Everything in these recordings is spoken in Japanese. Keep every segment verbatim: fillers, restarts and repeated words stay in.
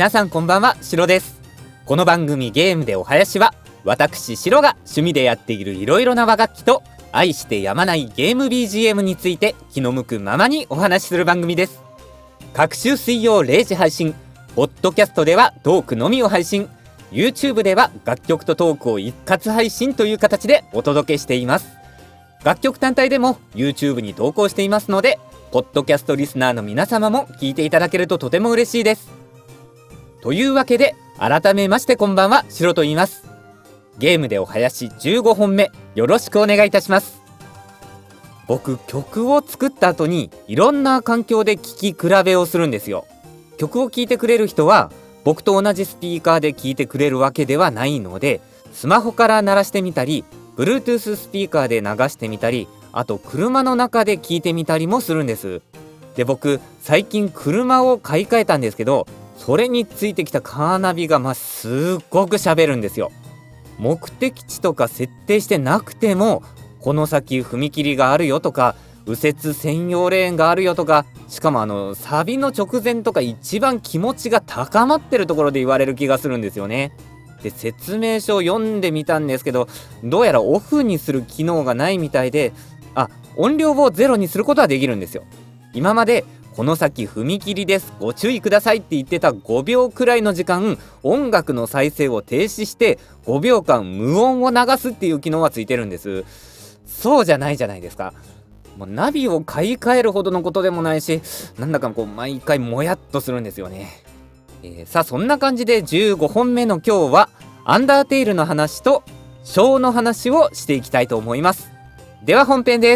皆さんこんばんは、シロです。この番組ゲームでお囃子は、私シロが趣味でやっているいろいろな和楽器と愛してやまないゲーム ビージーエム について気の向くままにお話しする番組です。各週水曜れいじ配信、ポッドキャストではトークのみを配信、 YouTube では楽曲とトークを一括配信という形でお届けしています。楽曲単体でも YouTube に投稿していますので、ポッドキャストリスナーの皆様も聞いていただけるととても嬉しいです。というわけで改めましてこんばんは、シロと言います。ゲームでお囃子じゅうごほんめ、よろしくお願いいたします。僕、曲を作った後にいろんな環境で聴き比べをするんですよ。曲を聴いてくれる人は僕と同じスピーカーで聴いてくれるわけではないので、スマホから鳴らしてみたり Bluetooth スピーカーで流してみたり、あと車の中で聴いてみたりもするんです。で、僕最近車を買い替えたんですけど、それについてきたカーナビがまあすっごく喋るんですよ。目的地とか設定してなくても、この先踏切があるよとか右折専用レーンがあるよとか、しかもあのサビの直前とか一番気持ちが高まってるところで言われる気がするんですよね。で、説明書を読んでみたんですけど、どうやらオフにする機能がないみたいで、あ、音量をゼロにすることはできるんですよ。今までこの先踏切ですご注意くださいって言ってたごびょうくらいの時間、音楽の再生を停止してごびょうかん無音を流すっていう機能はついてるんです。そうじゃないじゃないですか。もうナビを買い替えるほどのことでもないし、なんだかこう毎回もやっとするんですよね。えー、さあそんな感じでじゅうごほんめの今日はアンダーテイルの話とショーの話をしていきたいと思います。では本編です。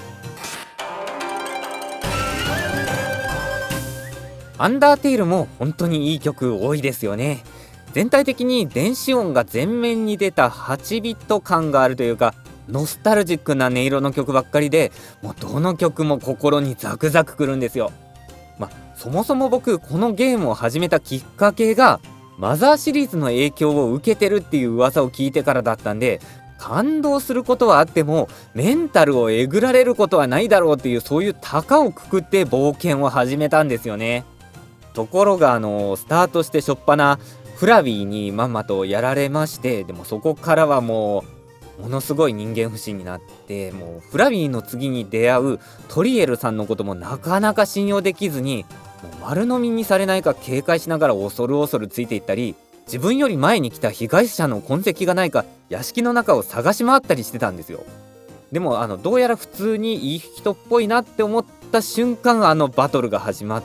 アンダーテイルも本当にいい曲多いですよね。全体的に電子音が前面に出たはちビット感があるというか、ノスタルジックな音色の曲ばっかりで、もうどの曲も心にザクザクくるんですよ。まあ、そもそも僕このゲームを始めたきっかけがマザーシリーズの影響を受けてるっていう噂を聞いてからだったんで、感動することはあってもメンタルをえぐられることはないだろうっていう、そういう高をくくって冒険を始めたんですよね。ところがあのスタートして初っ端フラビーにまんまとやられまして、でもそこからはもうものすごい人間不信になって、もうフラビーの次に出会うトリエルさんのこともなかなか信用できずに、もう丸飲みにされないか警戒しながら恐る恐るついていったり、自分より前に来た被害者の痕跡がないか屋敷の中を探し回ったりしてたんですよ。でもあのどうやら普通にいい人っぽいなって思った瞬間、あのバトルが始まって、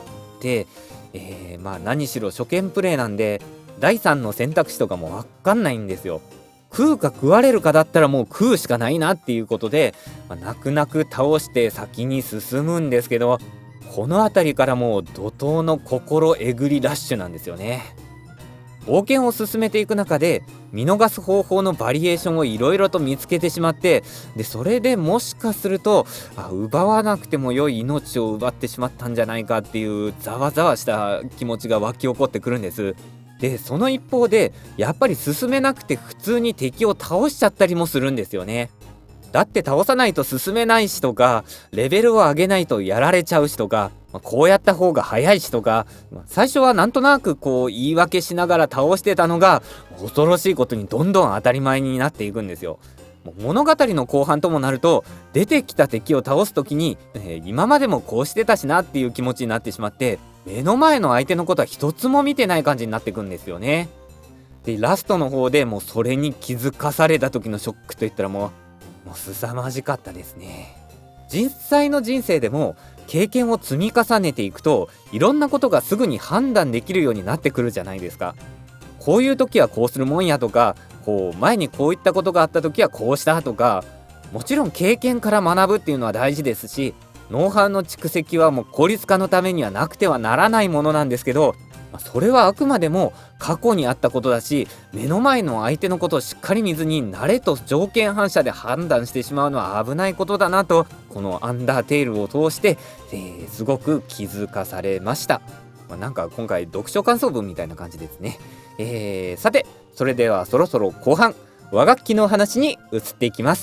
えー、まあ何しろ初見プレイなんでだいさんの選択肢とかも分かんないんですよ。食うか食われるかだったらもう食うしかないなっていうことで、まあ、泣く泣く倒して先に進むんですけど、この辺りからもう怒涛の心えぐりラッシュなんですよね。冒険を進めていく中で見逃す方法のバリエーションをいろいろと見つけてしまって、でそれでもしかするとあ奪わなくても良い命を奪ってしまったんじゃないかっていうざわざわした気持ちが湧き起こってくるんです。でその一方でやっぱり進めなくて普通に敵を倒しちゃったりもするんですよね。だって倒さないと進めないしとか、レベルを上げないとやられちゃうしとか、こうやった方が早いしとか、最初はなんとなくこう言い訳しながら倒してたのが恐ろしいことにどんどん当たり前になっていくんですよ。物語の後半ともなると出てきた敵を倒す時に、えー、今までもこうしてたしなっていう気持ちになってしまって、目の前の相手のことは一つも見てない感じになってくんですよね。でラストの方でもうそれに気づかされた時のショックといったらもうもう凄まじかったですね。実際の人生でも経験を積み重ねていくといろんなことがすぐに判断できるようになってくるじゃないですか。こういう時はこうするもんやとか、こう前にこういったことがあった時はこうしたとか、もちろん経験から学ぶっていうのは大事ですし、ノウハウの蓄積はもう効率化のためにはなくてはならないものなんですけど、それはあくまでも過去にあったことだし、目の前の相手のことをしっかり見ずに慣れと条件反射で判断してしまうのは危ないことだなと、このアンダーテイルを通して、えー、すごく気づかされました。まあ、なんか今回読書感想文みたいな感じですね。えー、さてそれではそろそろ後半和楽器の話に移っていきます。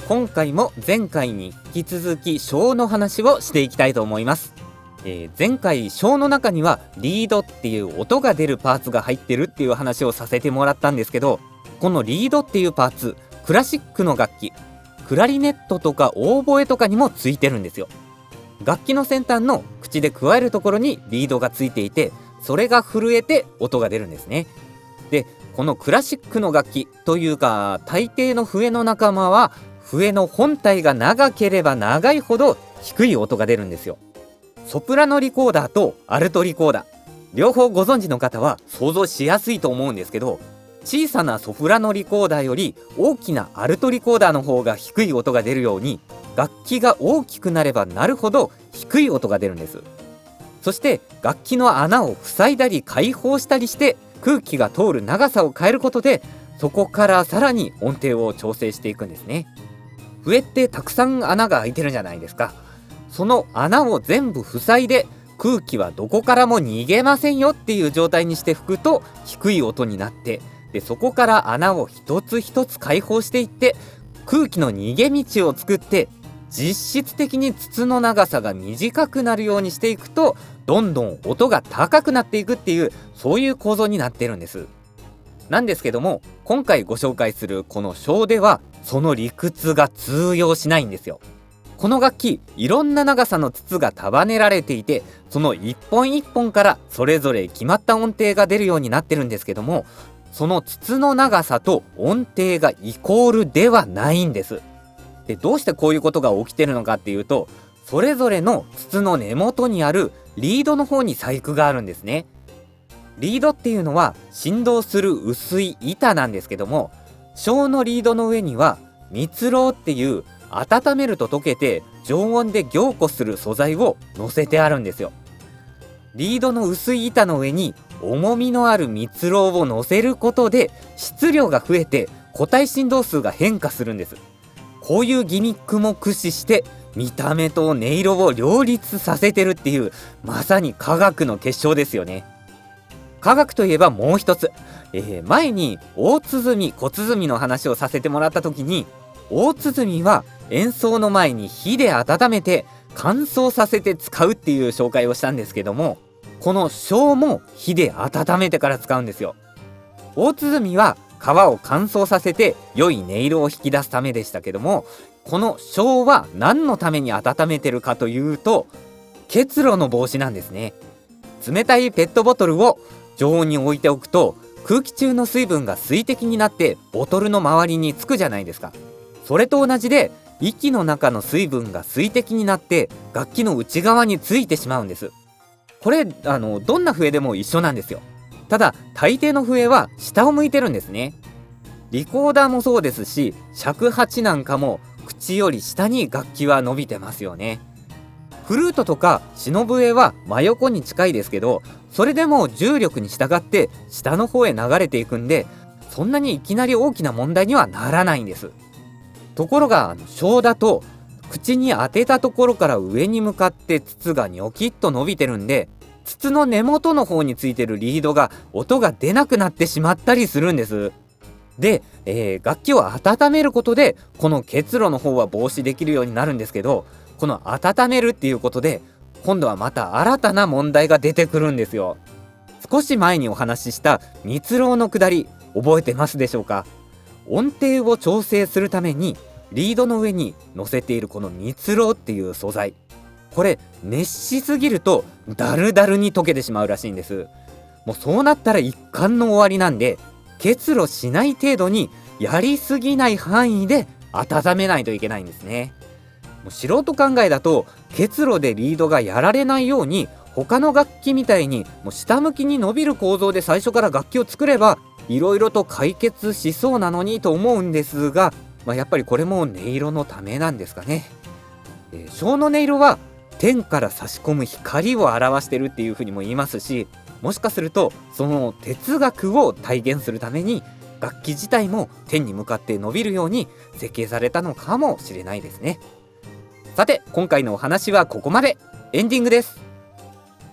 今回も前回に引き続き小の話をしていきたいと思います。えー、前回小の中にはリードっていう音が出るパーツが入ってるっていう話をさせてもらったんですけど、このリードっていうパーツ、クラシックの楽器、クラリネットとかオーボエとかにもついてるんですよ。楽器の先端の口でくわえるところにリードがついていて、それが震えて音が出るんですね。で、このクラシックの楽器というか大抵の笛の仲間は、笛の本体が長ければ長いほど低い音が出るんですよ。ソプラノリコーダーとアルトリコーダー、両方ご存知の方は想像しやすいと思うんですけど、小さなソプラノリコーダーより大きなアルトリコーダーの方が低い音が出るように、楽器が大きくなればなるほど低い音が出るんです。そして楽器の穴を塞いだり開放したりして空気が通る長さを変えることで、そこからさらに音程を調整していくんですね。笛ってたくさん穴が開いてるじゃないですか。その穴を全部塞いで空気はどこからも逃げませんよっていう状態にして吹くと低い音になって、でそこから穴を一つ一つ開放していって空気の逃げ道を作って、実質的に筒の長さが短くなるようにしていくと、どんどん音が高くなっていくっていう、そういう構造になってるんです。なんですけども、今回ご紹介するこの小ではその理屈が通用しないんですよ。この楽器、いろんな長さの筒が束ねられていて、その一本一本からそれぞれ決まった音程が出るようになってるんですけども、その筒の長さと音程がイコールではないんです。で、どうしてこういうことが起きてるのかっていうと、それぞれの筒の根元にあるリードの方に細工があるんですね。リードっていうのは振動する薄い板なんですけども、小のリードの上には蜜蝋っていう温めると溶けて常温で凝固する素材を乗せてあるんですよ。リードの薄い板の上に重みのある蜜蝋を乗せることで質量が増えて個体振動数が変化するんです。こういうギミックも駆使して見た目と音色を両立させてるっていう、まさに科学の結晶ですよね。科学といえばもう一つ、えー、前に大鼓小鼓の話をさせてもらった時に、大鼓は演奏の前に火で温めて乾燥させて使うっていう紹介をしたんですけども、この小も火で温めてから使うんですよ。大鼓は皮を乾燥させて良い音色を引き出すためでしたけども、この小は何のために温めてるかというと、結露の防止なんですね。冷たいペットボトルを常温に置いておくと、空気中の水分が水滴になってボトルの周りにつくじゃないですか。それと同じで、息の中の水分が水滴になって楽器の内側についてしまうんです。これあのどんな笛でも一緒なんですよ。ただ大抵の笛は下を向いてるんですね。リコーダーもそうですし、尺八なんかも口より下に楽器は伸びてますよね。フルートとか篠笛は真横に近いですけど、それでも重力に従って下の方へ流れていくんで、そんなにいきなり大きな問題にはならないんです。ところが小だと口に当てたところから上に向かって筒がニョキッと伸びてるんで、筒の根元の方についてるリードが音が出なくなってしまったりするんです。で、えー、楽器を温めることでこの結露の方は防止できるようになるんですけど、この温めるっていうことで今度はまた新たな問題が出てくるんですよ。少し前にお話しした蜜蝋の下り、覚えてますでしょうか。音程を調整するためにリードの上に乗せているこの蜜蝋っていう素材、これ熱しすぎるとダルダルに溶けてしまうらしいんです。もうそうなったら一巻の終わりなんで、結露しない程度にやりすぎない範囲で温めないといけないんですね。もう素人考えだと結露でリードがやられないように、他の楽器みたいにもう下向きに伸びる構造で最初から楽器を作ればいろいろと解決しそうなのにと思うんですが、まあ、やっぱりこれも音色のためなんですかね。えー、小の音色は天から差し込む光を表してるっていうふうにも言いますし、もしかするとその哲学を体現するために楽器自体も天に向かって伸びるように設計されたのかもしれないですね。さて今回のお話はここまで。エンディングです。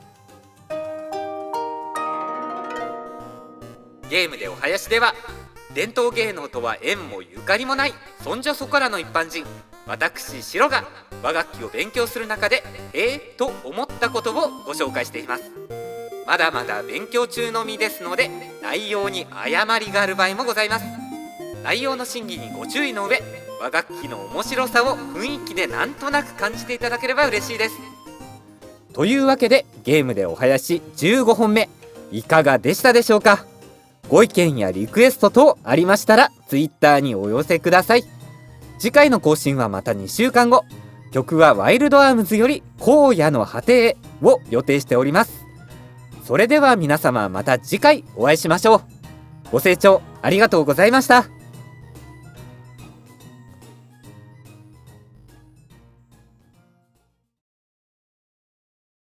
ゲームでお囃子では伝統芸能とは縁もゆかりもないそんじょそこらの一般人、私シロが和楽器を勉強する中でえーと思ったことをご紹介しています。まだまだ勉強中の身ですので、内容に誤りがある場合もございます。内容の審議にご注意の上、和楽器の面白さを雰囲気でなんとなく感じていただければ嬉しいです。というわけで、ゲームでお囃子じゅうごほんめいかがでしたでしょうか。ご意見やリクエスト等ありましたら ツイッター にお寄せください。次回の更新はまたにしゅうかんご。曲はワイルドアームズより荒野の果てへを予定しております。それでは皆様、また次回お会いしましょう。ご清聴ありがとうございました。